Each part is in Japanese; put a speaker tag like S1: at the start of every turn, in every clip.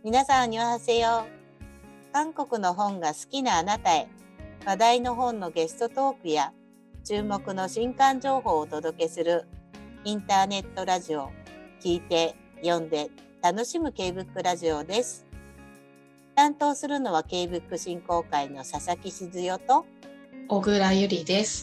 S1: 皆さん、にわせよ。韓国の本が好きなあなたへ、話題の本のゲストトークや注目の新刊情報をお届けするインターネットラジオ、聞いて読んで楽しむ K-BOOK ラジオです。担当するのは K-BOOK 振興会の佐々木静代と
S2: 小倉ゆりです。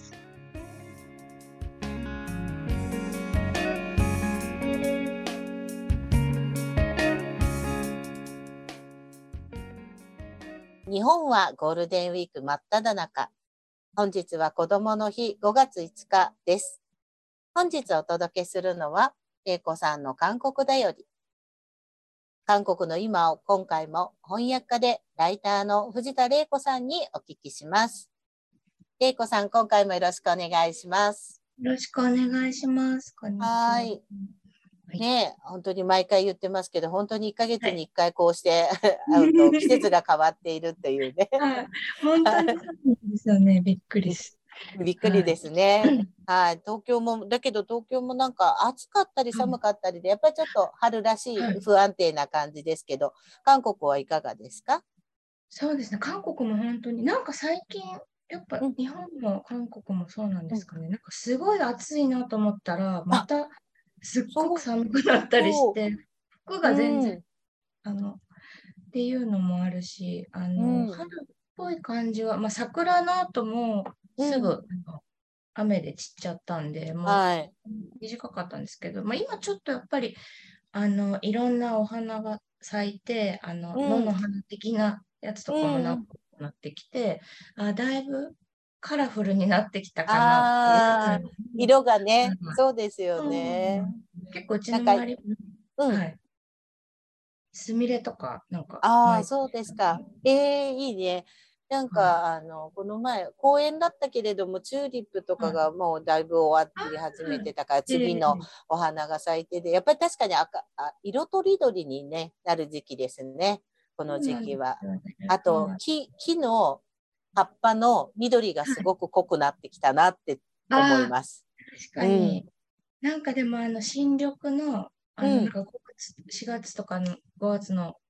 S1: 日本はゴールデンウィーク真っ只中。本日は子どもの日5月5日です。本日お届けするのは玲子さんの韓国だより。韓国の今を今回も翻訳家でライターの藤田玲子さんにお聞きします。玲子さん、今回もよろしくお願いします。
S2: よろしくお願いします。こんにちは。
S1: はい。ね、本当に毎回言ってますけど、本当に1ヶ月に1回こうして会うと季節が変わっているっていうね。
S2: はい、本当にそうですよね。びっくりす。
S1: びっくりですね。はい、東京も、だけど東京もなんか暑かったり寒かったりで、やっぱりちょっと春らしい不安定な感じですけど、韓国はいかがですか？
S2: そうですね。韓国も本当になんか最近、やっぱ日本も韓国もそうなんですかね。なんかすごい暑いなと思ったら、またすっごく寒くなったりして、服が全然、っていうのもあるし、春っぽい感じは、桜の後もすぐ、雨で散っちゃったんで、もう短かったんですけど、今ちょっとやっぱり、いろんなお花が咲いて、野の花的なやつとかもなってきて、だいぶカラフルになってきたかなっていう。
S1: 色がね、そうですよね。
S2: 結構うちの周り、はい。すみれとか、なんか。
S1: そうですか。いいね。なんか、この前、公園だったけれども、チューリップとかがもうだいぶ終わり始めてたから、次のお花が咲いてて、やっぱり確かに色とりどりに、ね、なる時期ですね。この時期は。あと、木の葉っぱの緑がすごく濃くなってきたなって思います。
S2: 確かに。なんかでも、新緑の、なんか4月とかの5月の、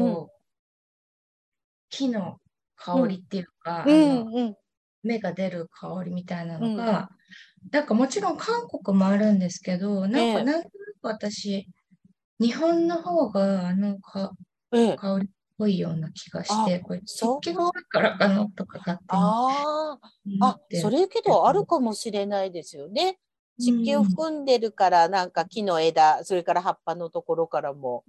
S2: 木の香りっていうか、芽が出る香りみたいなのが、なんかもちろん韓国もあるんですけど、なんとなく私、日本の方が香りっぽいような気がして、これ湿気が多いからかなとか勝手に。
S1: それけどあるかもしれないですよね。湿気を含んでるから、なんか木の枝、それから葉っぱのところからも。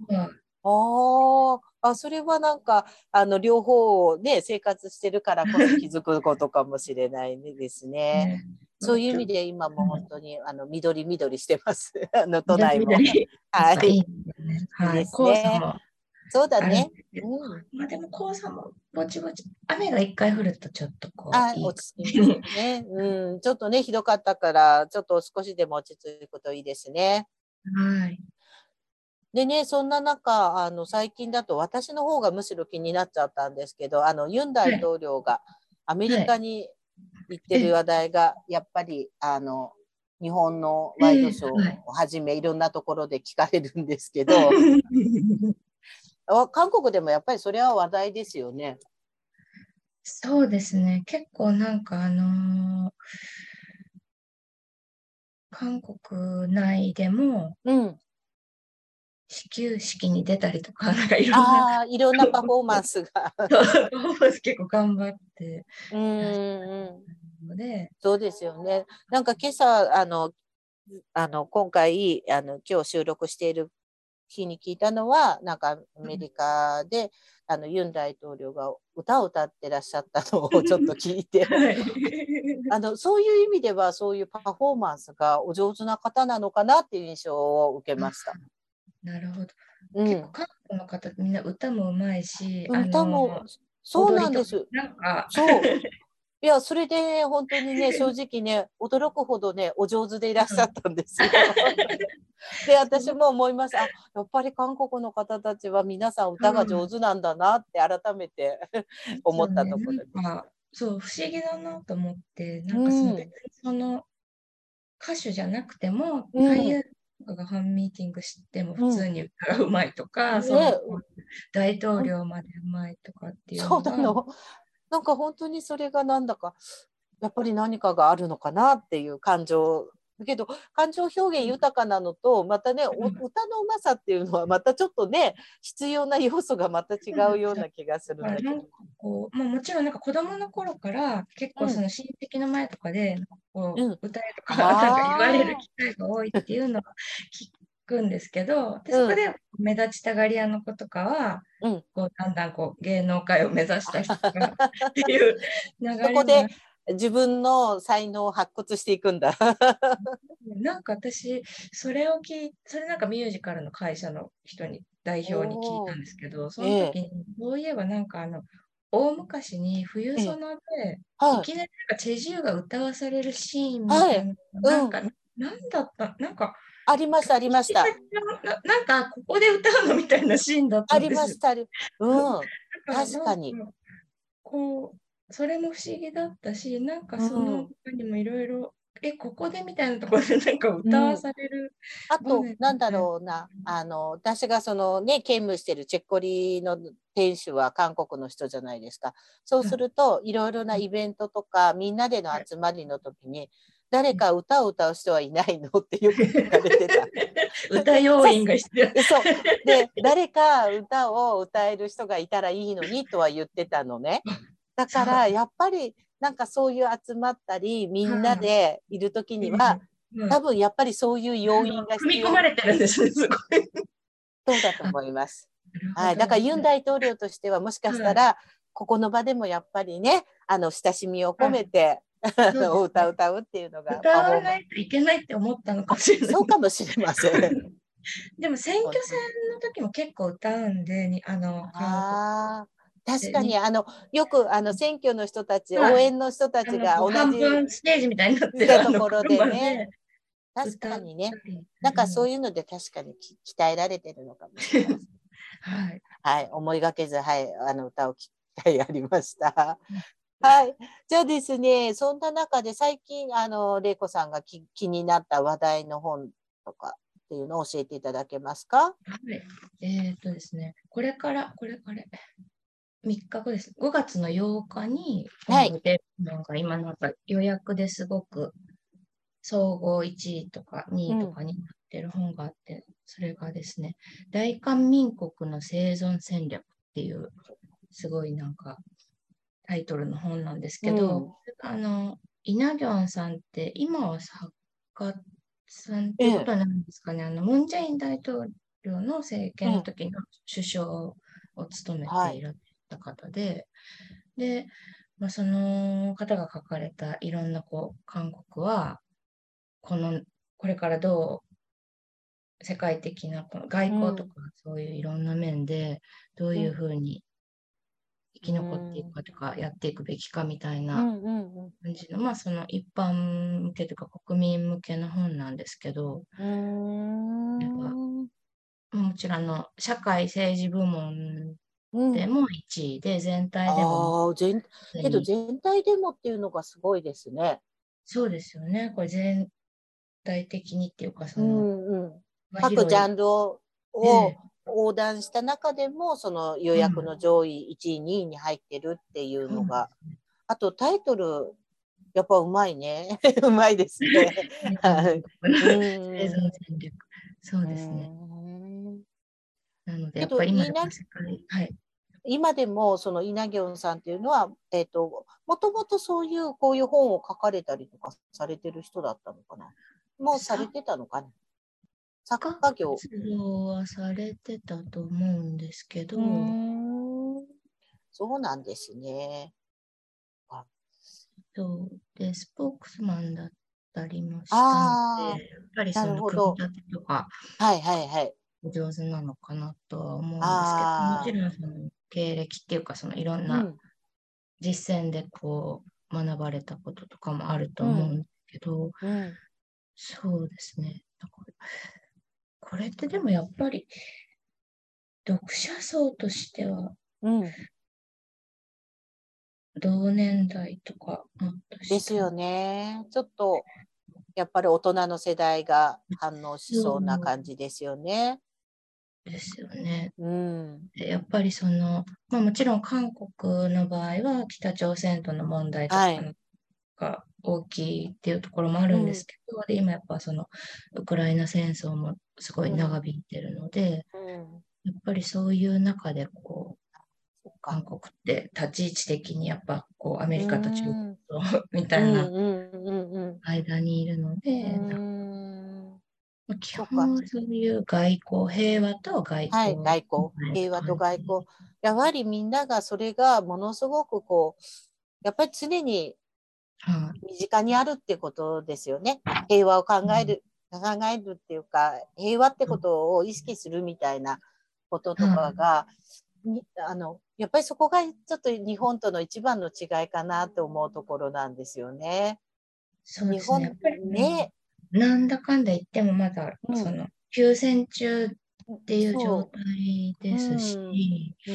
S1: それはなんか、両方で生活してるからこそ気づくことかもしれないですね。そういう意味で今も本当に緑してます。都内も。はい。いいですね。そうだね。
S2: でも黄砂もぼちぼち、雨が一回降るとちょっと
S1: 落ち着きますね。ちょっとね、ひどかったから、ちょっと少しでも落ち着くといいですね。
S2: はい。
S1: でね、そんな中、最近だと私の方がむしろ気になっちゃったんですけど、ユン大統領がアメリカに行ってる話題が、やっぱり、日本のワイドショーをはじめ、いろんなところで聞かれるんですけど、韓国でもやっぱりそれは話題ですよね。
S2: そうですね。結構なんか韓国内でも、始球式に出たりとか、なんかい
S1: ろんなパフォーマンスが。
S2: パフォーマンス結構頑張って。
S1: そうですよね。なんか今朝、今回、今日収録している日に聞いたのは、なんかアメリカで、ユン大統領が歌を歌ってらっしゃったのをちょっと聞いて、そういう意味では、そういうパフォーマンスがお上手な方なのかなっていう印象を受けました。
S2: なるほど。結構韓国の方みんな歌もうまいし、
S1: 歌もそうなんです。
S2: なんか
S1: そういや、それで、ね、本当にね、正直ね、驚くほどね、お上手でいらっしゃったんですよ。で、私も思います。やっぱり韓国の方たちは皆さん歌が上手なんだなって改めて思ったところです。
S2: そう、不思議だなと思って、なんか別にその歌手じゃなくても、俳優とかがファンミーティングしても普通に歌がうまいとか、そ
S1: ね、
S2: の大統領までうまいとかっていう
S1: そう
S2: のが、
S1: なの。なんか本当にそれがなんだか、やっぱり何かがあるのかなっていう感情。だけど、感情表現豊かなのと、またね、歌のうまさっていうのは、またちょっとね、必要な要素がまた違うような気がするんだけど。
S2: なんかこう、まあ、もちろんなんか子供の頃から結構その親戚の前とかでこ
S1: うん。
S2: う歌えとかなんか言われる
S1: あ
S2: 機会が多いっていうのは聞くんですけど、で
S1: あ、うん、
S2: そこで目立ちたがり屋の子とかは
S1: うん。
S2: こうだんだんこう芸能界を目指した人がっていう流
S1: そこで
S2: れもあって、
S1: 自分の才能を発掘していくんだ。
S2: なんか私それをそれなんかミュージカルの会社の人に代表に聞いた
S1: おー、
S2: んですけど、そ
S1: ええ、
S2: の時にそういえばなんか大昔に冬
S1: ええ、
S2: ソナでい
S1: はい、
S2: きなりなんかチェジュが歌わされるシーンみ
S1: はい、
S2: たいな、な
S1: うん、
S2: んか、なんだった、なんか、
S1: ありました、ありました。
S2: なんかここで歌うのみたいなシーンだったんですよ。
S1: ありました、うん、
S2: だからなんか、
S1: 確かに。
S2: こそれも不思議だったし、なんか
S1: う
S2: その
S1: ん、
S2: 他にもいろいろ、ここでみたいなところでなんか歌わ
S1: うん。
S2: される
S1: あと、
S2: 場面
S1: なんだ
S2: で、
S1: ろうな、私がそのね、兼務してるチェッコリの店主は韓国の人じゃないですか。そうすると、いろいろなイベントとか、みんなでの集まりの時に、誰か歌を歌う人はいないのってよく聞かれてた。
S2: 歌要員が必要。
S1: そう。で、誰か歌を歌える人がいたらいいのにとは言ってたのね。だ
S2: そう、
S1: から、やっぱり、なんかそういう集まったり、みんな
S2: は
S1: でいる時
S2: い、
S1: には、
S2: うん、
S1: 多分やっぱりそういう要因が必要
S2: 組み込まれてるんですね、すごい。
S1: そうだと
S2: あ、な
S1: 思います。
S2: るほ
S1: はい。だから
S2: ど。
S1: ユン大統領としてはもしかした
S2: はい、
S1: ら、ここの場でもやっぱりね、親しみを込
S2: はい、
S1: めて、
S2: そうで
S1: お
S2: すね。
S1: 歌を歌うっていうのが
S2: 歌
S1: パフォーマンス。
S2: わないといけないって思ったのかもしれない。
S1: そうかもしれません。
S2: でも選挙戦
S1: 本当に。
S2: の時も結構歌うんで、韓国
S1: ああ、確
S2: で
S1: かに、よく、選挙の人たち、
S2: はい。
S1: 応援の人たちが
S2: こう半
S1: 同じ
S2: 分ステージみたいになってる
S1: ところでね、
S2: 車で
S1: 確
S2: 歌った
S1: かにね、
S2: りす
S1: なんか
S2: るの。
S1: そういうので確かに鍛えられてるのかもしれません。
S2: はい。
S1: はい、思いがけず、はい、歌を聴きたいありました。はい。じゃあですね、そんな中で最近、玲子さんが気になった話題の本とかっていうのを教えていただけますか？
S2: はい。ですね、これ、3日後です。5月の8日に
S1: はい。
S2: 出るのが今なんか予約ですごく総合1位とか2
S1: うん。
S2: 位とかになってる本があって、それがですね、大韓民国の生存戦略っていう、すごいなんかタイトルの本なんですけど、
S1: うん。
S2: イナギョンさんって今は作家さんって
S1: ええ。
S2: いうことはなんですかね、ムン・ジェイン大統領の政
S1: ええ。
S2: 権の時の首相を務めて
S1: はい。
S2: いらっしゃった方で、まあ、その方が書かれたいろんなこう韓国はこのこれからどう世界的なこの外
S1: うん。
S2: 交とかそういういろんな面でどういう
S1: うん。
S2: ふうに生
S1: う
S2: き残っていく
S1: ん。
S2: かとかやっていくべきかみたいな
S1: うん。うん。
S2: 感じの、まあその一般向けというか国民向けの本なんですけど、
S1: う
S2: やっぱ
S1: ん。
S2: もちろん社会政治部門
S1: うん。
S2: でも1位で全体でももう
S1: ああ、けど
S2: すでに、
S1: 全体でもっていうのがすごいですね。
S2: そうですよね。これ全体的にっていうか、
S1: うん。うん。
S2: 幅広い。
S1: 各ジャンルを
S2: ええ、
S1: 横断した中でも、その予
S2: うん、
S1: 約の上位1位、2位に入ってるっていう
S2: そうなんで
S1: のが、
S2: すね。
S1: あとタイトル、やっぱうまいね。うまいですね。
S2: 大韓
S1: はい。
S2: 民国の
S1: う
S2: 生存
S1: ん。
S2: 戦略。そう
S1: う
S2: ですね。
S1: ん。
S2: なので、
S1: けど、
S2: やっぱり今でも世界、はい。
S1: 今でも、そのイナギョンさんっていうのは、もともとそういう、こういう本を書かれたりとかされてる人だったのかな。もうされ
S2: 作
S1: てたのかな。作
S2: 家
S1: 家業。
S2: 活動はされてたと思うんですけ
S1: うー
S2: ど、
S1: ん。そうなんですね。あ
S2: で、スポークスマンだったりもしたので、
S1: あー、
S2: やっぱり
S1: な
S2: そ
S1: るほど。
S2: の組み立てとか
S1: はいはいはい。
S2: お上手なのかなとは思うんですけど、もち
S1: ああ、
S2: ろんその経歴っていうか、そのいろんな
S1: うん、
S2: 実践でこう学ばれたこととかもあると
S1: うん、
S2: 思うんですけど、
S1: うん、
S2: そうですね。だからこれってでもやっぱり読者層としては
S1: うん。
S2: 同年代とかもっと下の、
S1: ですよね。ちょっと、 やっぱり大人の世代が反応しそうな感じですよね。
S2: ですよね。
S1: うん、
S2: でやっぱりもちろん韓国の場合は北朝鮮との問題とか
S1: はい。
S2: が大きいっていうところもあ
S1: うん、
S2: るんですけど、で今やっぱウクライナ戦争もすごい
S1: うん、
S2: 長引いてるので、
S1: うん。
S2: やっぱりそういう中で
S1: そっか。
S2: 韓国って立ち位置的にやっぱアメ
S1: う
S2: リカと中国
S1: ん、
S2: とみ
S1: うん、
S2: たいな
S1: うん、うん、うん。
S2: 間にいるの
S1: う
S2: で、
S1: ん、
S2: 基
S1: そっか。
S2: 本はそういう平和と外
S1: はい、
S2: 交
S1: 外交、
S2: みたいな
S1: 平和と
S2: 感じ。
S1: 外交。やはりみんながそれがものすごくやっぱり常に
S2: は
S1: 身近にあるってことですよね。平和を考
S2: い。うん。
S1: えるっていうか、平和ってことを意識するみたいなことと
S2: はい。
S1: かが、やっぱりそこがちょっと日本との一番の違いかなと思うところなんですよね。
S2: そうですね。や
S1: 日本
S2: っぱり
S1: ね、
S2: なんだかんだ言ってもまだ、
S1: うん、
S2: 休戦中っていう状
S1: そ
S2: 態
S1: う、
S2: です
S1: うん、
S2: し、
S1: うん、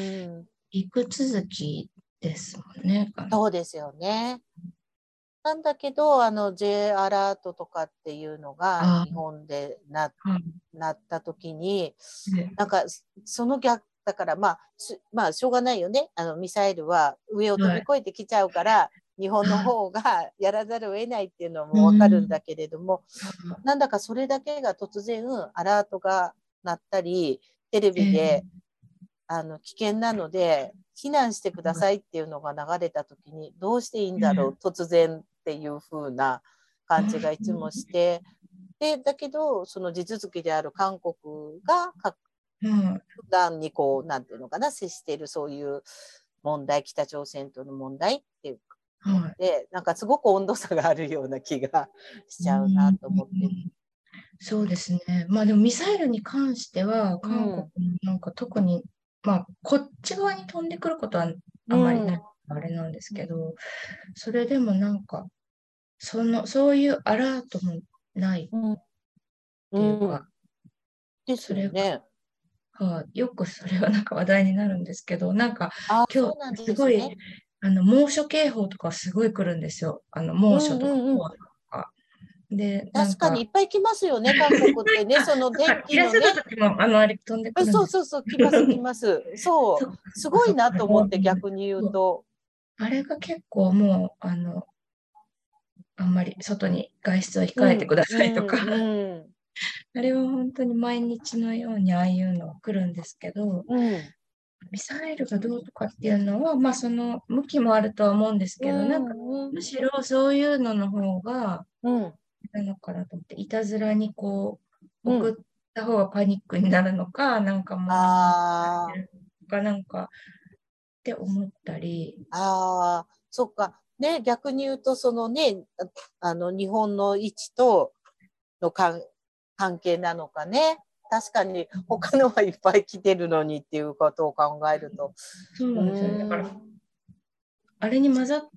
S2: 陸続きですもんね。
S1: そうですよね。なんだけど、J アラートとかっていうのが
S2: あ
S1: 日本で
S2: はい。
S1: なった時に、
S2: で、
S1: なんか、その逆、だからまあ、しょうがないよね。ミサイルは上を飛び
S2: はい。
S1: 越えてきちゃうから、日本の
S2: あ、
S1: 方がやらざるを得ないっていうの
S2: う
S1: もわかるん
S2: ん。
S1: だけれども、
S2: あ
S1: なんだかそれだけが突然アラートが鳴ったり、テレビで
S2: え
S1: 危険なので避難してくださいっていうのが流れた時にどうしていいんだろう突然っていう風な感じがいつもして、でだけどその地続きである韓国が普段になんていうのかな接しているそういう問題、北朝鮮との問題っていうのっ
S2: はい。
S1: てなんかすごく温度差があるような気がし
S2: う
S1: ちゃうなと思って。
S2: ん。そうですね。まあでもミサイルに関しては、
S1: う
S2: 韓国
S1: ん、
S2: もなんか特に、まあこっち側に飛んでくることはあ
S1: うん、
S2: まりない、あれなんですけど、それでもなんか、そういうアラートもないっ
S1: うん、
S2: ていうか、
S1: うん、です
S2: それ
S1: よね。
S2: が、よくそれはなんか話題になるんですけど、なんか
S1: あ、
S2: 今
S1: そうなん
S2: 日すごい、
S1: ですね。
S2: 猛暑警報とかすごい来るんですよ。
S1: う
S2: 猛暑とか、
S1: んうんうん。
S2: 黄砂とか。で、なん
S1: 確かにい
S2: か、
S1: っぱい来ますよね、韓国ってね、その
S2: なん
S1: 天
S2: かイラストの
S1: 気のね。
S2: 時も、あれ飛んでくるんです。
S1: そうそうそう、来ます来ます。そう、
S2: そっかそっかそっか。
S1: すごいなと思って逆に言う
S2: そう
S1: と。
S2: あれが結構もう、あんまり外に外出を控えて
S1: うん、
S2: くださいとか、
S1: うん、うん、
S2: あれは本当に毎日のようにああいうのが来るんですけど、
S1: うん、
S2: ミサイルがどうとかっていうのは、まあその向きもあるとは思うんです
S1: う
S2: けど、なんか
S1: ん、うん、
S2: むしろそういうのの方が、
S1: うん、
S2: なのかなと思って、いたずらに送っ
S1: うん。
S2: た方がパニックになるのか、なんかもう、
S1: あ
S2: とかなんかって思ったり、
S1: あ、ああ、そっか。ね、逆に言うと、そのね、日本の位置との関係なのかね。確かに、他のはいっぱい来てるのにっていうことを考えると。
S2: そう
S1: う
S2: なんですよね。だから、
S1: ーん。
S2: あれに混ざって、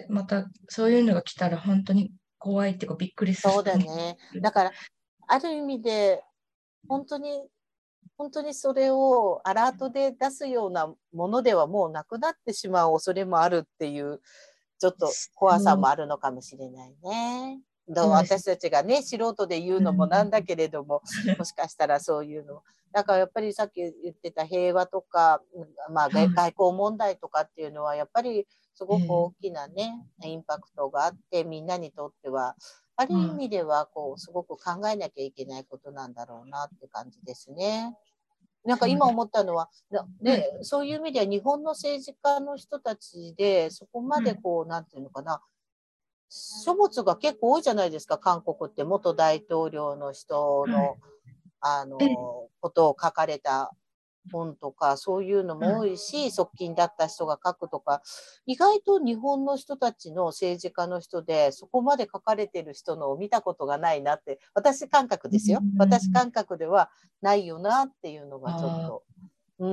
S2: またそういうのが来たら本当に怖いっていうかびっくりす
S1: そう
S2: ると思
S1: だね。だから、ある意味で、本当に、本当にそれをアラートで出すようなものではもうなくなってしまう恐れもあるっていう、ちょっと怖さもあるのかもしれないね。
S2: そうですね。
S1: 私たちがね、素人で言うのもなんだけれども、もしかしたらそういうの。だからやっぱりさっき言ってた平和とか、まあ、
S2: はい。
S1: 外交問題とかっていうのは、やっぱりすごく大
S2: え
S1: きなね、インパクトがあって、みんなにとっては、ある意
S2: は
S1: 味ではすごく考えなきゃいけないことなんだろうなって感じですね。なんか今
S2: そうです。
S1: 思ったのは、
S2: はい。
S1: ね、そういう意味では日本の政治家の人たちで、そこまで
S2: はい。
S1: なんていうのかな、書物が結構多いじゃないですか、韓国って元大統領の人
S2: はい。
S1: の、ことを書かれた本とか、そういうのも多
S2: はい。
S1: いし、側近だった人が書くとか、意外と日本の人たちの政治家の人で、そこまで書かれてる人のを見たことがないなって、私感覚
S2: う
S1: ですよ。私
S2: ん。
S1: 感覚ではないよなっていうのがちょっ
S2: ああ、
S1: と、うん、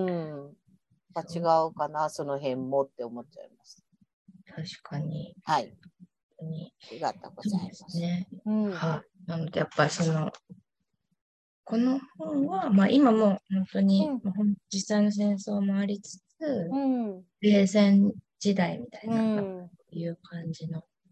S1: 違
S2: そう、
S1: うかな、その辺もって思っちゃいます。
S2: 確かに。
S1: はい、
S2: 本当に
S1: ありがとうご
S2: そうです
S1: ざいます。
S2: ね。
S1: うん、
S2: はい。なので、やっぱりこの本は、まあ今も本当に、
S1: うん、
S2: 実際の戦争もありつつ、
S1: うん、
S2: 冷戦時代みたい
S1: う
S2: な、なんか
S1: ん。
S2: そういう感じの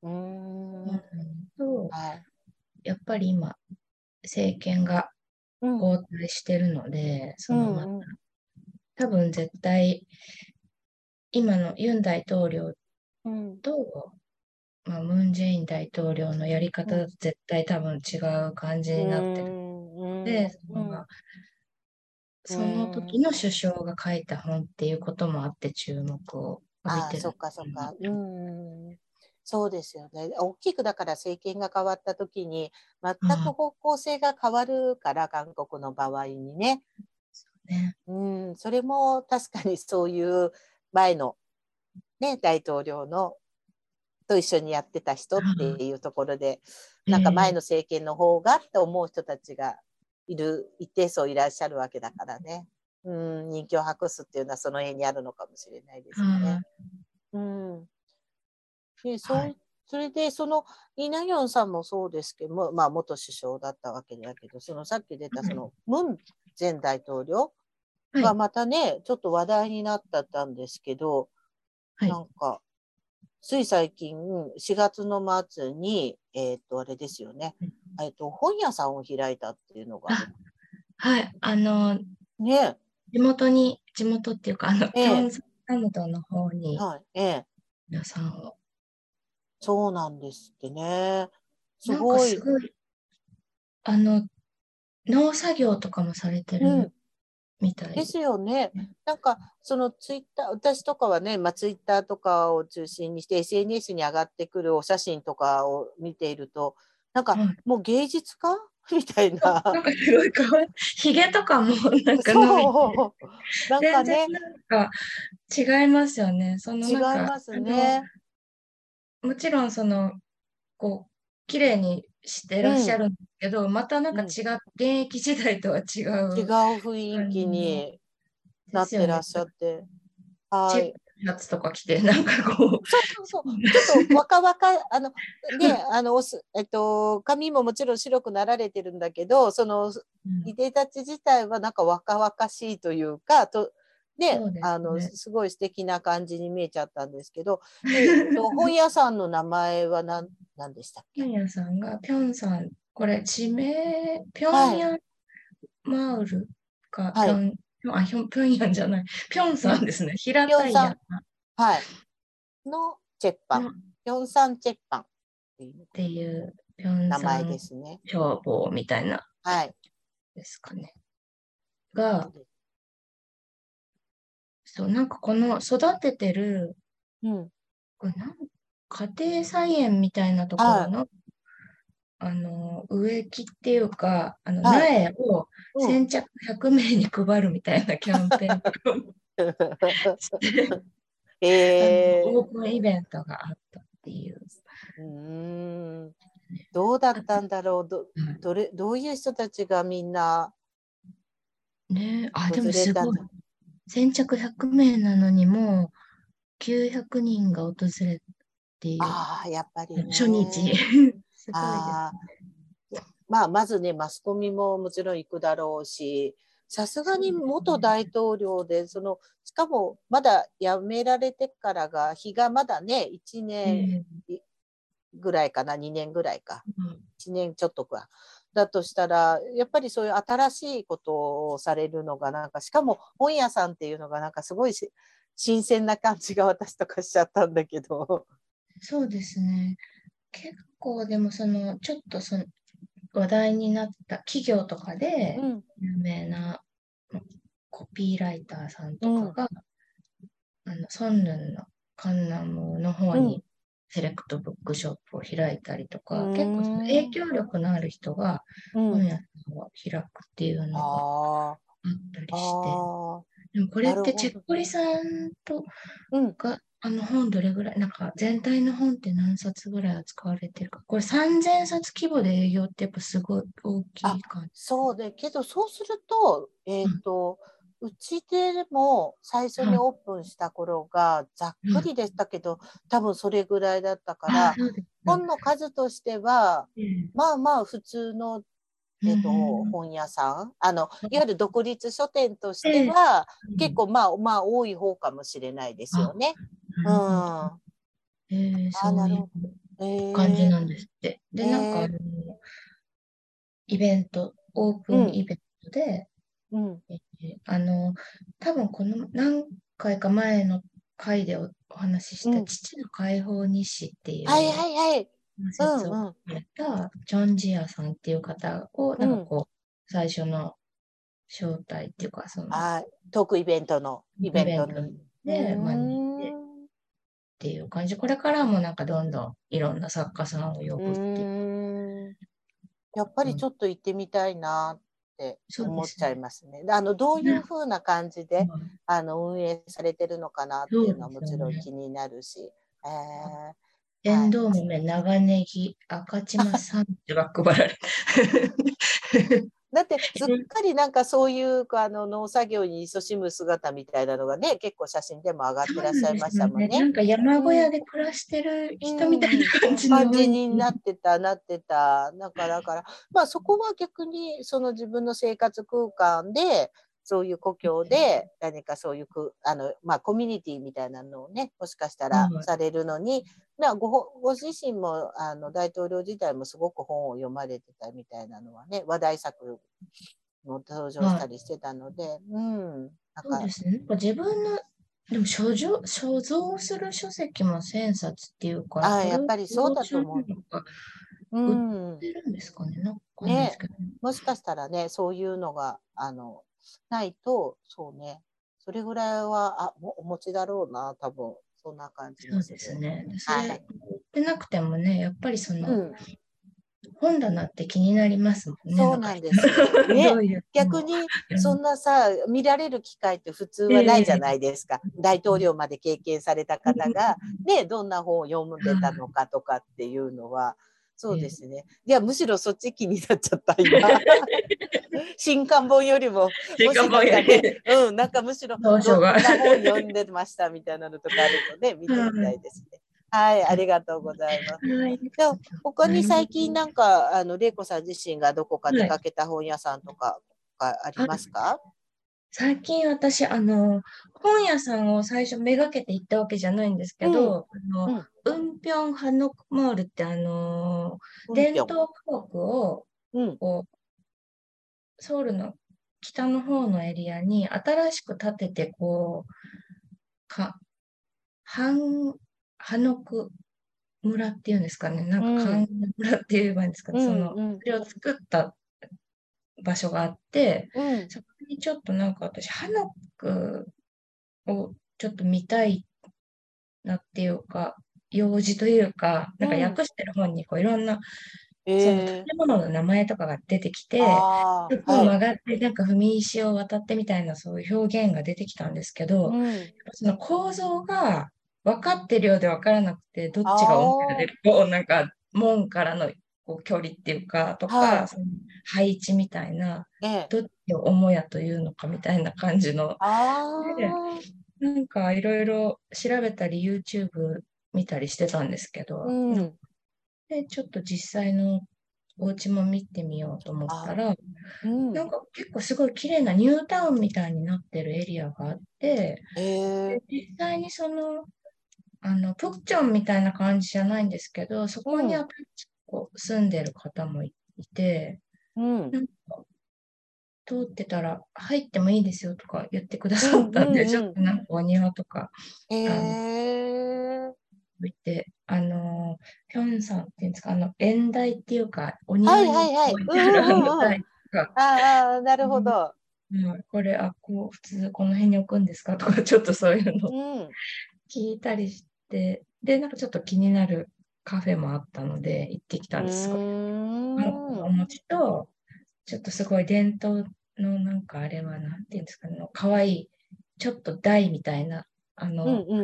S2: と、
S1: はい。
S2: やっぱり今、政権が交代してるので、そのまた、多分絶対、今のユン大統領と、まあ、ムン・ジェイン大統領のやり方だと絶対多分違う感じになってるので、その時の首相が書いた本っていうこともあって注目を浴び
S1: ああ、
S2: てる。
S1: そっかそっか。そうですよね。大きくだから政権が変わった時に、全く方向性が変わるから、韓国の場合にね。
S2: ね、
S1: それも確かにそういう前の、ね、大統領のと一緒にやってた人っていうところで、なんか前の政権の方がって思う人たちが一定数いらっしゃるわけだからね。人気を博すっていうのはその辺にあるのかもしれないですね。で、それで、イ・ナギョンさんもそうですけども、まあ、元首相だったわけだけど、さっき出た、ムン前大統領がまたね、ちょっと話題になったんですけど、なんか、つい最近、4月の末に、あれですよね、本屋さんを開いたっていうのが。
S2: はい、
S1: ね。
S2: 地元っていうか、ピョンサムドの方に、
S1: はい、
S2: 皆さんを。
S1: そうなんですってね。す
S2: なんか
S1: ごい。
S2: すごい、農作業とかもされてるみたい。
S1: ですよね。なんか、ツイッター、私とかはね、ツイッターとかを中心にして SNS に上がってくるお写真とかを見ていると、なんかもう芸術家みたいな。
S2: なんかすごいかわいい。ひげとかもなんか伸びて、
S1: そう。なんか
S2: 全然
S1: ね、
S2: なんか違いますよね。
S1: 違いますね。
S2: もちろんこう、綺麗にしてらっしゃるんですけど、またなんか現役時代とは違
S1: 違う
S2: う
S1: 雰囲気
S2: 感じの、
S1: にな
S2: ですよね。
S1: ってらっしゃって。はい。
S2: チェックシャツとか着て、なんかこう。
S1: そうそうそう。ちょっとね、髪ももちろん白くなられてるんだけど、いでたち自体はなんか若々しいというか、ね、
S2: そうですね。
S1: すごい素敵な感じに見えちゃったんですけど、で、本屋さんの名前は何でしたっけ？
S2: ピョンヤさんが、ピョンさん、これ、地名、ピョン
S1: はい。
S2: ヤンマウルか、
S1: はい。
S2: ピョンヤンじゃない、ピョンさんですね。平たいや
S1: ピョンさん。はい。のチェッパン。
S2: のっ
S1: ピョンさんチェッパンっていう
S2: ていう、ピョン
S1: 名前
S2: さん
S1: ですね。
S2: 消防みたいな、
S1: はい。
S2: ですかね。が、
S1: そうです。
S2: そう、なんかこの育ててる、これ家庭菜園みたいなところ
S1: は
S2: の、植木っていうか、
S1: い。はい。
S2: 苗を先着100名に配るみたいなキャンペーンとかもして、オ
S1: え
S2: ープンイベントがあったっていう。
S1: どうだっ
S2: あ、
S1: たんだろう。どういう人たちがみんな
S2: ね、あ、で
S1: 訪
S2: もすごい。
S1: れたんだ。
S2: 先着100名なのにもう900人が訪れっていう、
S1: ああ、やっぱり
S2: 初日。
S1: ね。
S2: すごいです。
S1: ああ、まあ、まずね、マスコミももちろん行くだろうし、さすがに
S2: そうです
S1: 元大統領で、しかもまだ辞められてから日がまだね、1年
S2: ね。
S1: ぐらいかな、2年ぐらいか。
S2: うん、
S1: 1年ちょっとか。だとしたら、やっぱりそういう新しいことをされるのが、なんか、しかも本屋さんっていうのが、なんかすごい新鮮な感じが私とかしちゃったんだけど。
S2: そうですね。結構でもちょっと話題になった企業とかで
S1: うん、
S2: 有名なコピーライターさん
S1: うん、
S2: とかが、ソンヌンのカンナムの方
S1: うん、
S2: にセレクトブックショップを開いたりと
S1: う
S2: か、結構その影
S1: ん、
S2: 響力のある人が
S1: うん。
S2: 本屋さんを開くっていうのが
S1: あ
S2: あったり
S1: あ、
S2: して、
S1: ああ、
S2: でもこれってチェッ
S1: なるほど。
S2: コリさんと
S1: うん。
S2: が、本どれぐらい、なんか全体の本って何冊ぐらい扱われてるか。これ3000冊規模で営業ってやっぱすごい大き
S1: あ、
S2: い感じ。
S1: そうで、けどそうすると、
S2: うん、
S1: うちでも最初に
S2: はい、
S1: オープンした頃がざっ
S2: うん。
S1: くりでしたけど、多分それぐらいだったか
S2: ああ、
S1: ら、
S2: そうですか。
S1: 本の数としては、
S2: うん。
S1: まあまあ普通の、
S2: うん。
S1: 本屋さん、いわゆる独立書店として
S2: ええ、
S1: は、
S2: うん、
S1: 結構まあ多い方かもしれないですよ
S2: あ、
S1: ね。
S2: な
S1: うん。
S2: るほど。
S1: あ、
S2: ええ、そういう。
S1: なるほど。
S2: 感じ
S1: え
S2: なんですって。
S1: ー、
S2: で、
S1: えー、
S2: イベント、オープ
S1: うん、
S2: ンイベントで、
S1: うん。
S2: えーあの、多分この何回か前の回でお話しした
S1: うん。
S2: 父の解放日誌ってい
S1: はい
S2: う
S1: はいはい。う
S2: 説を
S1: んうん。
S2: 書かれたジョン・ジアさんっていう方を、
S1: うん。
S2: 最初の招待っていうか、
S1: あ、トークイベントのイベ
S2: イベント
S1: ントに。うー
S2: で招いてっ
S1: ん。
S2: ていう感じで、これからもなんかどんどんいろんな作家さんを呼
S1: う
S2: ぶっていう。
S1: ーん。やっぱりちょっと行ってみたいなって
S2: そうで
S1: 思っちゃい
S2: すね。
S1: ますね。でどういうふうな感じで
S2: うん
S1: 運営されてるのかなっていうのは
S2: そうで
S1: もちろん
S2: すよね。
S1: 気になるし。は
S2: エン
S1: い。
S2: ドウ豆、長ネギ、赤チマサンチュが配られる。
S1: だってすっかりなんかそういう農作業に勤しむ姿みたいなのがね、結構写真でも上がってらっ
S2: そうなん
S1: しゃいました
S2: ですよね。
S1: もんね。
S2: なんか山小
S1: うん。
S2: 屋で暮らしてる
S1: う
S2: 人みたい
S1: ん、
S2: な感じの
S1: 感じ
S2: 雰囲気。
S1: になってた、なってた。だから、まあそこは逆にその自分の生活空間で、そういう故郷で何かそういうまあコミュニティみたいなのをね、もしかしたら
S2: は
S1: されるのに、まあご自身も大統領時代もすごく本を読まれてたみたいなのはね、話題作も登
S2: い。
S1: 場したり
S2: はい。
S1: してたので、うん、なんか、
S2: そうですね。なんか自分の、でも所蔵する書籍も1000冊っていうから、これを
S1: やっぱりそう
S2: オークション
S1: だと思う。
S2: とか
S1: う
S2: 売っ
S1: ん。
S2: てるんですかね。わかんないです
S1: ね、
S2: けど。
S1: もしかしたらね、そういうのが、ないと、そうね、それぐらいは、お持ちだろうな、多分、そんな感じ
S2: そうで
S1: もする。
S2: すね。それ、売
S1: はい。
S2: ってなくてもね、やっぱり
S1: うん、
S2: 本棚って気になりますもんね。なんか
S1: そうなんですよ。
S2: ど
S1: ね、
S2: ういう本を。
S1: 逆に、そんなさ、見られる機会って普通はないじゃな
S2: ええ
S1: いですか。大統領まで経験された方が、ね、どんな本を読んでたのかとかっていうのは、そう
S2: え
S1: ですね。いや、むしろそっち気になっちゃった、今。新刊本よりも、もし
S2: 新刊本
S1: なんかね、
S2: より
S1: うん、なんかむしろ
S2: 蔵書が。
S1: どんな本読んでましたみたいなのとかあるとね、見てみたいですね。はい、ありがとうございます。
S2: はい。
S1: じゃあ、他に最近なんか、玲子さん自身がどこか出
S2: はい。
S1: かけた本屋さんとかがあり
S2: あ、
S1: ますか？
S2: 最近私、本屋さんを最初めがけて行ったわけじゃないんですけ
S1: うん、
S2: ど、
S1: うん、
S2: ウンピョンハノクマールって、伝
S1: うんぴょん。
S2: 統家屋を、
S1: うん、
S2: こソウルの北の方のエリアに新しく建てて、か、ハン、ハノク村っていうんですかね。なん
S1: う
S2: か、カ
S1: ん、
S2: ン村って言えばいいんですかね。
S1: うん、うん、
S2: それを作った場所があって、
S1: うん。
S2: そこにちょっとなんか私、ハノクをちょっと見たいなっていうか、用事というか、なんか
S1: うん。
S2: 訳してる本にいろんな、その建
S1: ええ、
S2: 物の名前とかが出てきて、
S1: ああ、
S2: こう
S1: はい。
S2: 曲がって、なんか踏み石を渡ってみたいなそういう表現が出てきたんですけど、やっ
S1: うん。
S2: ぱその構造が分かってるようで分からなくて、どっちが表で、
S1: あ
S2: なんか門からの距離っていうか、と
S1: あ、は
S2: か、
S1: い。
S2: その配置みたいな、
S1: ええ。
S2: どっちを母屋というのかみたいな感じの。で、
S1: ああ、
S2: なんかいろいろ調べたり YouTube 見たりしてたんですけ
S1: う
S2: ど、
S1: ん。
S2: で、ちょっと実際のお家も見てみようと思った
S1: あ、
S2: ら、
S1: うん。
S2: なんか結構すごい綺麗なニュータウンみたいになってるエリアがあって、
S1: え
S2: で
S1: え、
S2: 実際にプクチョンみたいな感じじゃないんですけど、そ
S1: う
S2: こには
S1: ん。
S2: 住んでる方もいて、
S1: うん。
S2: なんか通ってたら入ってもいいですよとか言ってくだ
S1: うん。
S2: さったんで、ちょっ
S1: うん。
S2: となんかお庭とか、
S1: え
S2: あの、
S1: え、
S2: 見て、ピョンさんっていうんですか、縁台っていうか、お
S1: はい
S2: 庭に
S1: はいはい。うん
S2: 置いてある
S1: うんうん。
S2: 台が、
S1: ああ、なるほ
S2: うん
S1: ど。
S2: これ、普通この辺に置くんですかとか、ちょっとそういうの
S1: うん。
S2: 聞いたりして、で、なんかちょっと気になるカフェもあったので、行ってきた
S1: う
S2: んです。すごい。お
S1: ーん。
S2: 餅と、ちょっとすごい伝統のなんかあれは、なんていうんですかね、かわいい、ちょっと台みたいな、あの、
S1: うんうん。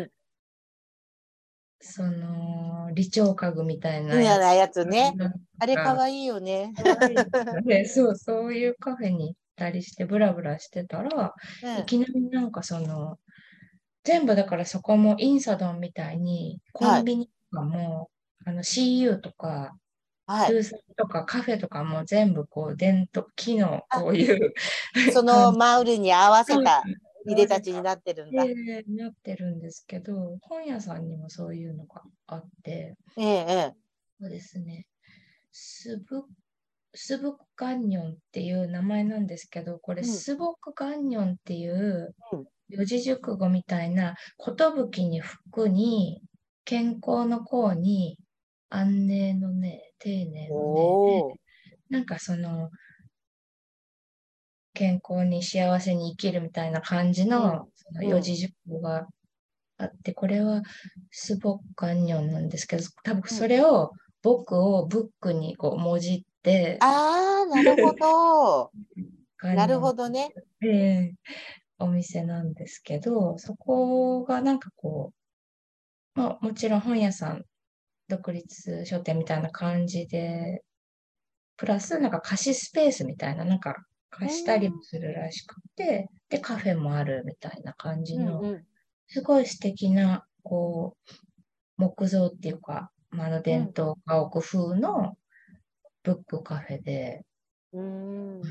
S2: 李長家具みたいなやつ
S1: 嫌なやつね。あれか
S2: が、
S1: わいいよね。
S2: かわいいですよね。そういうカフェに行ったりして、ブラブラしてたら、
S1: うん。
S2: いきなりなんか全部だからそこもインサドンみたいに、コ
S1: はい。
S2: ンビニとかも、CU とか、
S1: はい。
S2: ルーサとかカフェとかも全部伝統、木の
S1: あ、
S2: こういう
S1: その
S2: 感じ
S1: マウルに合わせたいで
S2: 合わせた
S1: たちになってるんだ。
S2: でなってるんですけど、本屋さんにもそういうのがあって、
S1: ええ、ええ。
S2: そうですね。スブ、スブクガンニョンっていう名前なんですけど、これ、
S1: うん、
S2: スボクガンニョンっていう
S1: うん。
S2: 四字熟語みたいな、寿に福に、健康の康に、安寧のね、丁寧のね、
S1: おー。
S2: なんかその、健康に幸せに生きるみたいな感じ
S1: うん、
S2: の、その
S1: うん、
S2: 四字熟語があって、これはスボッカンニョンなんですけど、多分
S1: うん。
S2: それを僕をブックにこうもじって、
S1: ああ、なるほど。なる
S2: ガンニョンって
S1: ほどね。
S2: いう、お店なんですけど、そこがなんかこう、まあ、もちろん本屋さん、独立書店みたいな感じで、プラスなんか貸しスペースみたいな、なんか
S1: う
S2: 貸したりも
S1: ん、
S2: するらしくて、で、カフェもあるみたいな感じ
S1: うん、
S2: の、
S1: うん、
S2: すごい素敵な、こう、木造っていうか、まあ、
S1: うん、
S2: 伝統家屋風のブックカフェで、
S1: うん、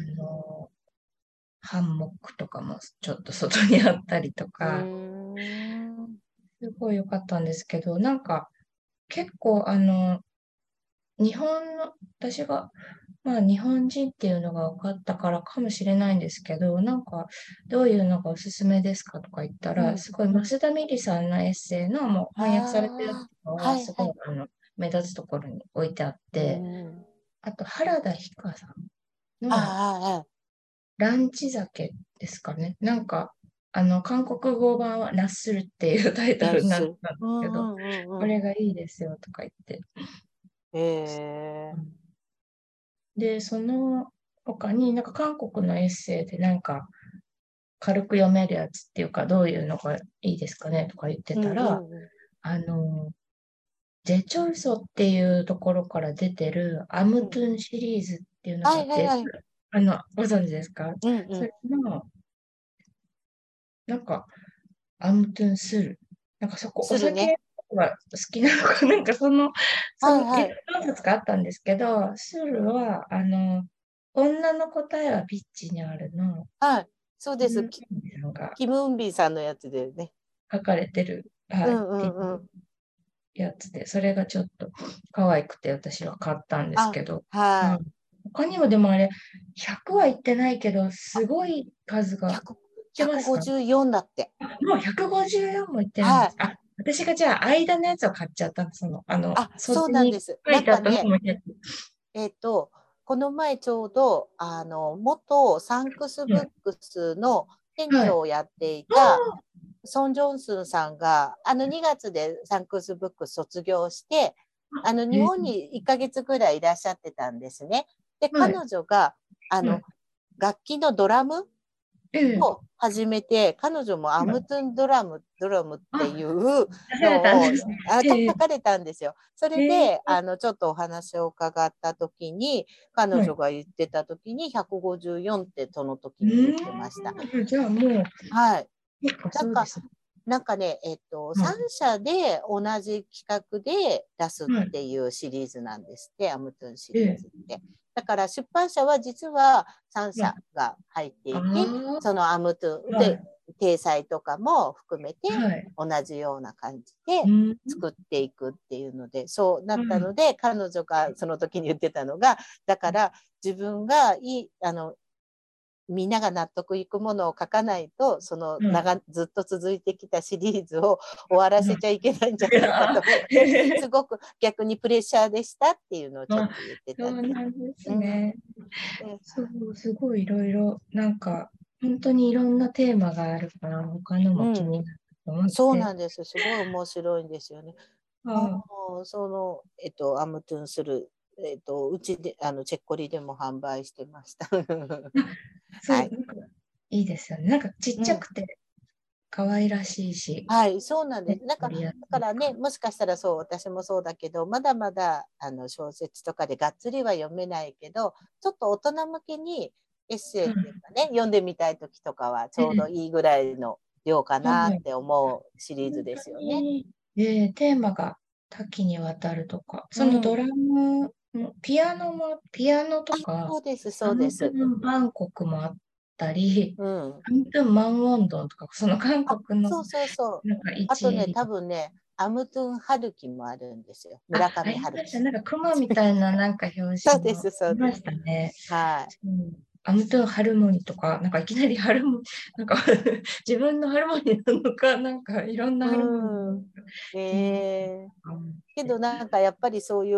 S2: あの、ハンモックとかもちょっと外にあったりと
S1: う
S2: か、
S1: ん、
S2: すごい良かったんですけど、なんか結構日本の、私が、まあ日本人っていうのが分かったからかもしれないんですけど、なんかどういうのがおすすめですかとか言ったら、
S1: うん、
S2: すごい
S1: うん。
S2: 増田美里さんのエッセイのもう翻訳されてる
S1: あ
S2: の
S1: あ、は
S2: がす
S1: い、はい。
S2: ごい目立つところに置いてあっ
S1: う
S2: て、
S1: ん。
S2: あと原田ひかさん
S1: あ
S2: の
S1: あ、
S2: ランチ酒ですかね。なんか、韓国語版はラッスルっていうタイトルになって
S1: ラッスル。
S2: たんで
S1: うん、う
S2: すけど、
S1: ん、うん、うん。
S2: これがいいですよとか言って。
S1: へえ。
S2: で、その他になんか韓国のエッセイでなんか軽く読めるやつっていうか、どういうのがいいですかねとか言って
S1: うん、う
S2: たら、
S1: ん、うん。
S2: あの、ジェチョイソっていうところから出てるアム
S1: うん。
S2: トゥンシリーズっていうの
S1: はい、はい、
S2: があって、
S1: はい。
S2: ご存知ですか？
S1: うん、うん。
S2: それの、なんか、アムトゥンスル。なんかそこ、お酒
S1: するね。
S2: が好きなのか、なんか
S1: はい、
S2: いろ
S1: はい。
S2: んな冊があったんですけど、スルは、女の答えはビッチにあるの、
S1: はい。そうです。
S2: キム・さんが
S1: キム・ウンビンさんのやつでね。
S2: 書かれてる、はい、っ
S1: うん、う
S2: てい
S1: ん、う
S2: う
S1: ん。
S2: やつで、それがちょっと可愛くて私は買ったんです
S1: あ、
S2: けど、うん、
S1: はい。
S2: 他にもでもあれ、100は言ってないけど、すごい数が、
S1: 100、
S2: 言ってますか？
S1: 154だって。
S2: もう154も言ってるんです。
S1: はい。
S2: あ、私がじゃあ間のやつを買っちゃった。
S1: あ、そうなん
S2: 袖に
S1: です。
S2: 書いてあったのもやつ。
S1: えっと、この前ちょうど、元サンクスブッ
S2: はい。
S1: クスの店
S2: はい。
S1: 長をやっていたソン・ジョンスンさんが、2月でサンクスブックス卒業して、日本に1ヶ月ぐらいいらっしゃってたんですね。で、彼
S2: はい。
S1: 女が、あの、
S2: はい。
S1: 楽器のドラム
S2: ええ。
S1: を始めて、彼女もア
S2: はい。
S1: ムトゥンドラムって
S2: あ、
S1: いう
S2: 出されたん
S1: のを
S2: ですね。ええ。
S1: 書かれたんですよ。それ
S2: え
S1: で、
S2: え。
S1: ちょっとお話を伺った時に、彼
S2: はい。
S1: 女が言ってた時に154ってその時
S2: う
S1: に言ってました。
S2: ーん。じゃあもう、
S1: はい。
S2: 結構
S1: なんか、
S2: そうですね。
S1: なんかね、3
S2: はい。
S1: 社で同じ企画で出すっ
S2: はい。
S1: ていうシリーズなんですって、アムトゥンシリー
S2: ええ。
S1: ズって。だから出版社は実は3
S2: はい。
S1: 社が入って
S2: あ
S1: いて、そのアムトゥン
S2: あ。は
S1: で
S2: い。
S1: 体裁とかも含めて
S2: はい。
S1: 同じような感じで
S2: うん。
S1: 作っていくっていうので、そうな
S2: はい。
S1: ったので、彼女がその時に言ってたのが、だから自分がみんなが納得いくものを書かないと、
S2: はい。
S1: ずっと続いてきたシリーズを終わら
S2: はい。
S1: せちゃいけないんじゃ
S2: い
S1: ないか
S2: や
S1: と思って、
S2: ー、
S1: すごく逆にプレッシャーでしたっていうのをちょっ
S2: あ、
S1: と言って
S2: そう
S1: たんです。
S2: なんです
S1: うん。
S2: ね。
S1: で、
S2: そう、すごいいろいろ、なんか、本当にいろんなテーマがあるから、他のも気
S1: うん。
S2: になると思って。
S1: そうなんです。すごい面白いんですよね。あ
S2: あ
S1: アムトゥンする、うちで、チェッコリでも販売してました。
S2: そう、
S1: はい。
S2: なんか、いいですよね。なんか、ちっ
S1: うん。
S2: ちゃくて、可愛らしいし、
S1: はい、そうなんです。
S2: 手に取りや
S1: だ
S2: すいか
S1: からね、もしかしたらそう、私もそうだけど、まだまだ小説とかでがっつりは読めないけど、ちょっと大人向けにエッセイ
S2: ら。
S1: っていうかね、読んでみたい時とかはちょうど
S2: ええ、
S1: いいぐらいの量かな
S2: はい。
S1: って思うシリーズ
S2: 本当
S1: ですよね。
S2: に、テーマが多岐にわたるとか、
S1: うん。
S2: そのドラムも、ピアノと
S1: あ、
S2: か、
S1: そうです、そ
S2: ア
S1: うです。
S2: ムトゥン・バンコクもあったり、
S1: うん。
S2: アムトゥン・マンウォンドンとか、その韓
S1: あ、
S2: 国の
S1: そうそうそう。
S2: なんか
S1: あとね、
S2: 一エリ
S1: 多分ね、 アムトゥンハルキもあるんですよ。村上春樹。
S2: なんか熊みたいななんか表紙
S1: そうです、そう
S2: ありま
S1: です。
S2: したね。
S1: はい。
S2: アムトゥンハルモニーとか、なんかいきなりハルモニー、なんか自分のハルモニーなのか、なんかいろんなハルモニーな
S1: うん。
S2: のか。
S1: けどなんかやっぱりそういう、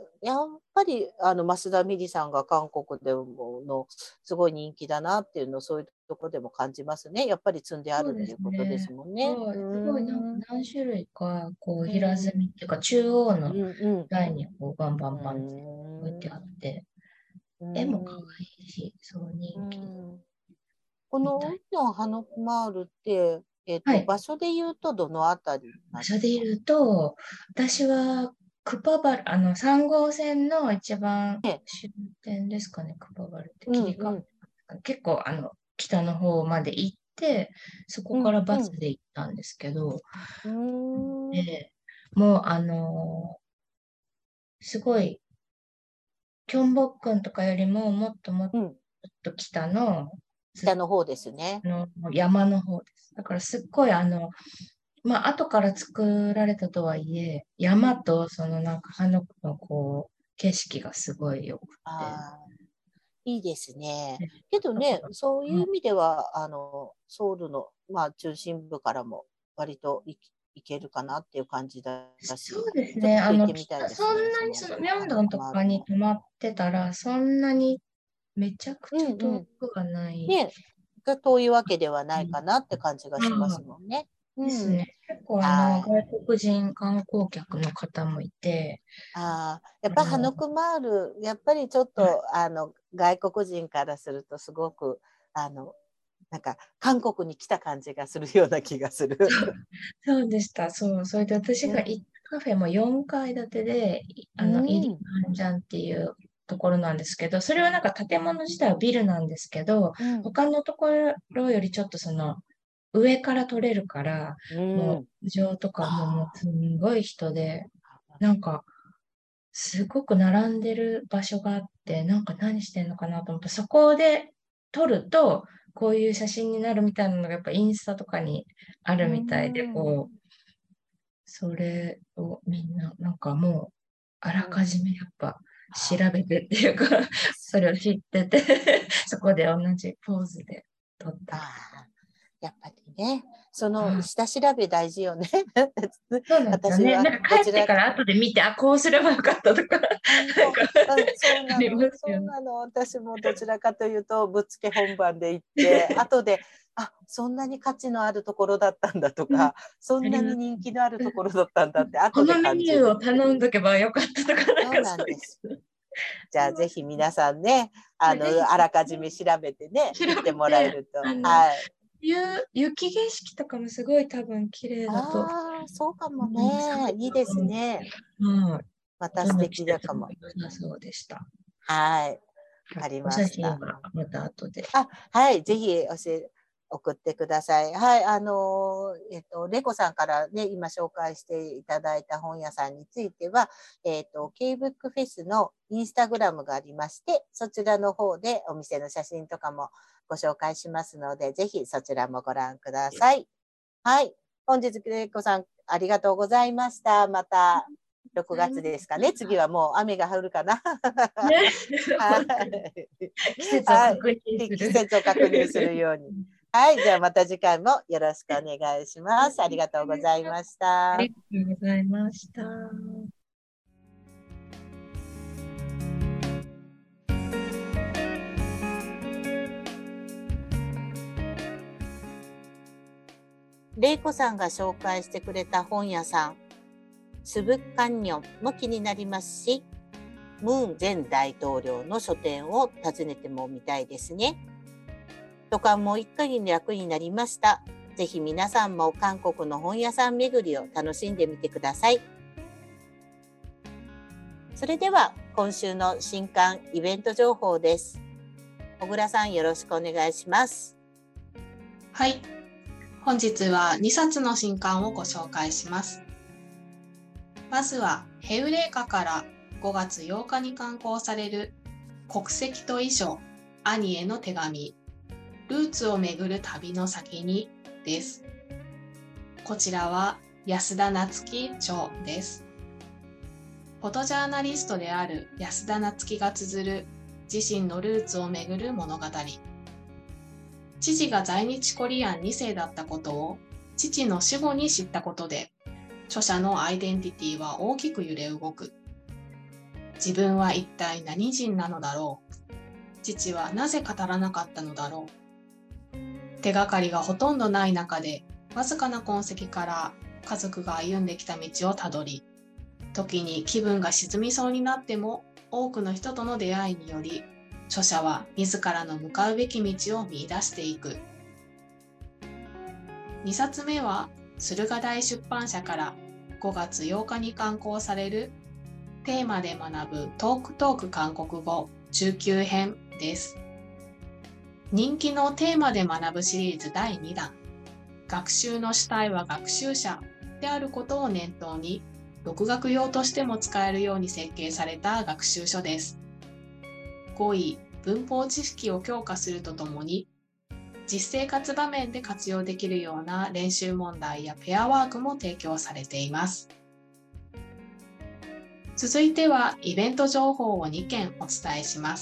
S1: やっぱり増田美里さんが韓国でものすごい人気だなっていうのをそういうところでも感じますね。やっぱり積んであ
S2: そうで
S1: るっていうことで
S2: すね。
S1: すもんね。
S2: はい。
S1: う
S2: すごいなんか
S1: ん。
S2: 何種類か、こう
S1: う
S2: 平積み
S1: ん。
S2: っていうか中央の
S1: うん。
S2: 台にこうバンバ
S1: う
S2: ンバンって置いてあ
S1: ん。
S2: って、
S1: う
S2: 絵も可
S1: ん。
S2: 愛いし、そう
S1: う
S2: 人気
S1: ん。この海
S2: みたい。
S1: のハノクマールって、
S2: はい。
S1: 場所で言うとどのあたりなんですか？
S2: 場所で言うと、私はクパバル、3号線の一番
S1: ね。
S2: 終点ですかね、クパバルって
S1: うんう
S2: 切り替わる。
S1: ん。
S2: 結構北の方まで行って、そこ
S1: うん
S2: からバス
S1: うん。
S2: で行ったんですけど、
S1: うーん。
S2: で、もうすごい、キョンボックンとかよりももっともっ
S1: うん。
S2: と北の、
S1: 北の方ですね。
S2: 山の方です。だからすっごいまあ後から作られたとはいえ、山とそのなんかハノクのこう、景色がすごい良くて。
S1: ああ、いいですね。
S2: で
S1: けどね、
S2: だから、
S1: そういう
S2: うん、
S1: 意味では、ソウルの、まあ、中心部からも割と行けるかなっていう感じだし、
S2: そうですね。
S1: ちょっと行ってみたいで
S2: そ
S1: すね、
S2: んなにそのミョ
S1: ハノ
S2: ンドンとかに
S1: クマールも。
S2: 泊まってたら、そんなにめちゃくちゃ
S1: うんうん。
S2: 遠くはない。
S1: ね、が遠いわけではないか
S2: うん、
S1: なって感じがします
S2: はい
S1: もんね。うん。
S2: ですね。結構
S1: はい。
S2: 外国人観光客の方もいて、
S1: ああ、やっぱハノ
S2: あの、
S1: クマール、やっぱりちょっと、外国人からするとすごく、あの、なんか、韓国に来た感じがするような気がする。
S2: そうでした。そう。それで私が行っ
S1: うん。
S2: たカフェも4階建てで、
S1: う
S2: イリ
S1: ん。
S2: マンジャンっていうところなんですけど、それはなんか建物自体はビルなんですけど、
S1: うん。
S2: 他のところよりちょっとその、上から撮れるから、
S1: う
S2: も
S1: ん。
S2: う、上とかもう
S1: あ
S2: すんごい人で、
S1: あ。
S2: なんか、すごく並んでる場所があって、なんか何してんのかなと思って、そこで撮ると、こういう写真になるみたいなのがやっぱインスタとかにあ
S1: う
S2: るみたいで、
S1: ん。
S2: こう、それをみんな、なんかもう、あらか
S1: うん。
S2: じめやっぱ調
S1: あ
S2: べてっていうかそれを知っててそこで同じポーズで撮ったりとか。
S1: あ。やっぱりね、その
S2: はい、
S1: 下調べ大事よね。
S2: そうなんですよね。
S1: 私は
S2: なんか
S1: どちら
S2: 帰ってから後で見て、あ、こうすればよかったとか、
S1: 本当、
S2: なんか
S1: うん、そう
S2: ありま
S1: なの、
S2: すよね。
S1: そうなの。私もどちらかというと、ぶっつけ本番で行って、後で、あ、そんなに価値のあるところだったんだと
S2: うん、
S1: か、そんなに
S2: あります。
S1: 人気のあるところだったんだって、
S2: こ
S1: 後で
S2: のメニューを
S1: 感じるっていう。
S2: 頼んどけばよかったとか、なん
S1: そう
S2: かそうい
S1: なんです。
S2: う
S1: じゃあ、
S2: のあります。
S1: ぜひ皆さんね、
S2: ぜひ、
S1: あらかじめ調べてね、
S2: 調
S1: 行ってもらえ
S2: べて、
S1: ると。はい。
S2: 雪景色とかもすごい多分綺麗だと
S1: ああ、そうかも
S2: 思うんです。すご
S1: ね。
S2: い
S1: いいです
S2: 多
S1: ね。
S2: 分、はい。
S1: また
S2: どの
S1: 素敵
S2: 季節も
S1: だかも。
S2: 良さそうでした。
S1: はい。わかり
S2: お
S1: ました。
S2: 写真はまた後で。
S1: あ、はい、ぜひ送ってください。はい、レコさんからね、今紹介していただいた本屋さんについては、K-BOOK フェスのインスタグラムがありまして、そちらの方でお店の写真とかもご紹介しますので、ぜひそちらもご覧ください。はい、本日レコさんありがとうございました。また6月ですかね。次はもう雨が降るかな。
S2: ね、
S1: は
S2: 本当に
S1: い。
S2: 季節を
S1: はい。
S2: 確認す
S1: 季
S2: る。
S1: 節を確認するように。はい。じゃあまた次回もよろしくお願いします。ありがとうございまし
S2: あり
S1: た。
S2: がとうございました。
S1: れいこさんが紹介してくれた本屋さん、スブッカンニョンも気になりますし、ムーン前大統領の書店を訪ねてもみたいですね。渡韓も1回の役になりました。ぜひ皆さんも韓国の本屋さん巡りを楽しんでみてください。それでは今週の新刊イベント情報です。小倉さんよろしくお願いします。
S3: はい。本日は2冊の新刊をご紹介します。まずはヘウレイカから5月8日に刊行される国籍と遺書、兄への手紙、ルーツをめぐる旅の先にです。こちらは安田なつき著です。フォトジャーナリストである安田なつきが綴る自身のルーツをめぐる物語。父が在日コリアン2世だったことを父の死後に知ったことで、著者のアイデンティティは大きく揺れ動く。自分は一体何人なのだろう。父はなぜ語らなかったのだろう。手がかりがほとんどない中で、わずかな痕跡から家族が歩んできた道をたどり、時に気分が沈みそうになっても、多くの人との出会いにより、著者は自らの向かうべき道を見出していく。2冊目は、駿河台出版社から5月8日に刊行されるテーマで学ぶトーク韓国語19編です。人気のテーマで学ぶシリーズ第2弾、学習の主体は学習者であることを念頭に、独学用としても使えるように設計された学習書です。語彙・文法知識を強化するとともに、実生活場面で活用できるような練習問題やペアワークも提供されています。続いてはイベント情報を2件お伝えします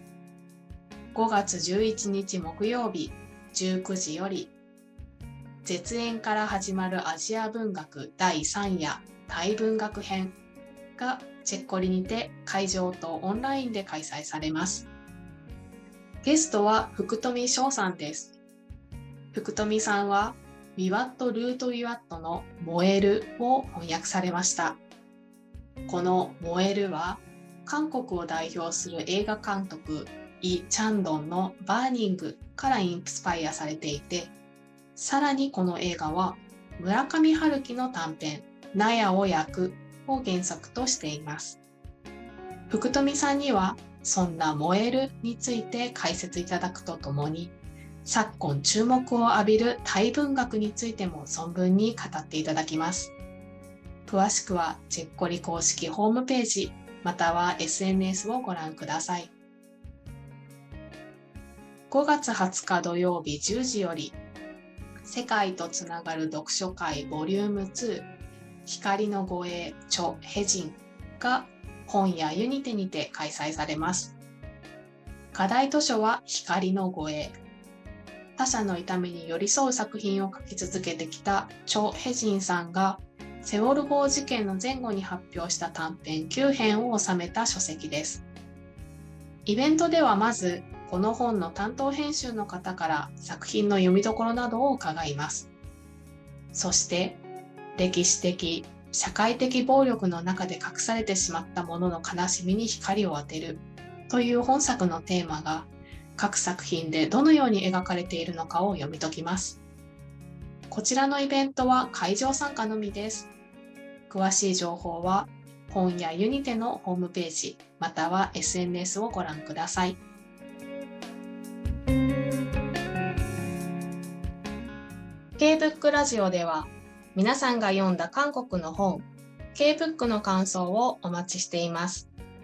S3: 。5月11日木曜日19時より、絶縁から始まるアジア文学第3夜タイ文学編がチェッコリにて会場とオンラインで開催されます。ゲストは福富翔さんです。福富さんはウィワット・ルート・ウィワットの燃えるを翻訳されました。この燃えるは韓国を代表する映画監督イ・チャンドンのバーニングからインスパイアされていて、さらにこの映画は村上春樹の短編納屋を焼くを原作としています。福富さんにはそんな燃えるについて解説いただくとともに、昨今注目を浴びるタイ文学についても存分に語っていただきます。詳しくはチェッコリ公式ホームページまたは SNS をご覧ください。5月20日土曜日10時より、世界とつながる読書会ボリューム2光の護衛著ヘジンが本屋ユニテにて開催されます。課題図書は光の護衛。他者の痛みに寄り添う作品を書き続けてきた著ヘジンさんがセウォル号事件の前後に発表した短編9編を収めた書籍です。イベントではまずこの本の担当編集の方から作品の読みどころなどを伺います。そして歴史的、社会的暴力の中で隠されてしまったものの悲しみに光を当てるという本作のテーマが各作品でどのように描かれているのかを読み解きます。こちらのイベントは会場参加のみです。詳しい情報は本屋ユニテのホームページまたは SNS をご覧ください。K-BOOK ラジオでは皆さんが読んだ韓国の本 K-BOOK の感想をお待ちしています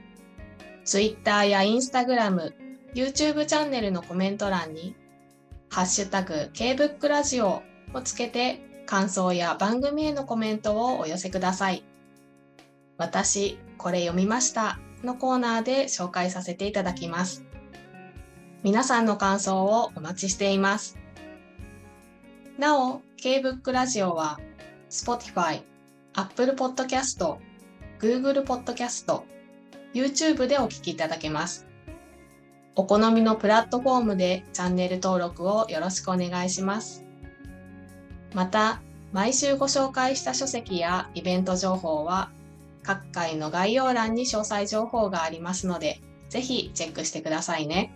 S3: 。Twitter や Instagram、YouTube チャンネルのコメント欄にハッシュタグ K-BOOK ラジオをつけて感想や番組へのコメントをお寄せください。私、これ読みましたのコーナーで紹介させていただきます。皆さんの感想をお待ちしています。なお、K-BOOK ラジオは Spotify、Apple Podcast、Google Podcast、YouTube でお聞きいただけます。お好みのプラットフォームでチャンネル登録をよろしくお願いします。また、毎週ご紹介した書籍やイベント情報は各回の概要欄に詳細情報がありますので、ぜひチェックしてくださいね。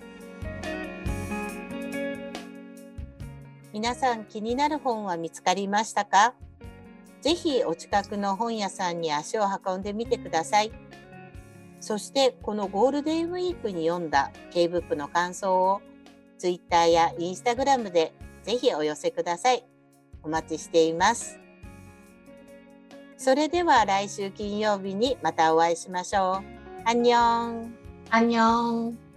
S1: 皆さん気になる本は見つかりましたか？ぜひお近くの本屋さんに足を運んでみてください。そしてこのゴールデンウィークに読んだ K-BOOK の感想を Twitter や Instagram でぜひお寄せください。お待ちしています。それでは来週金曜日にまたお会いしましょう。アンニョン。
S3: アンニョン。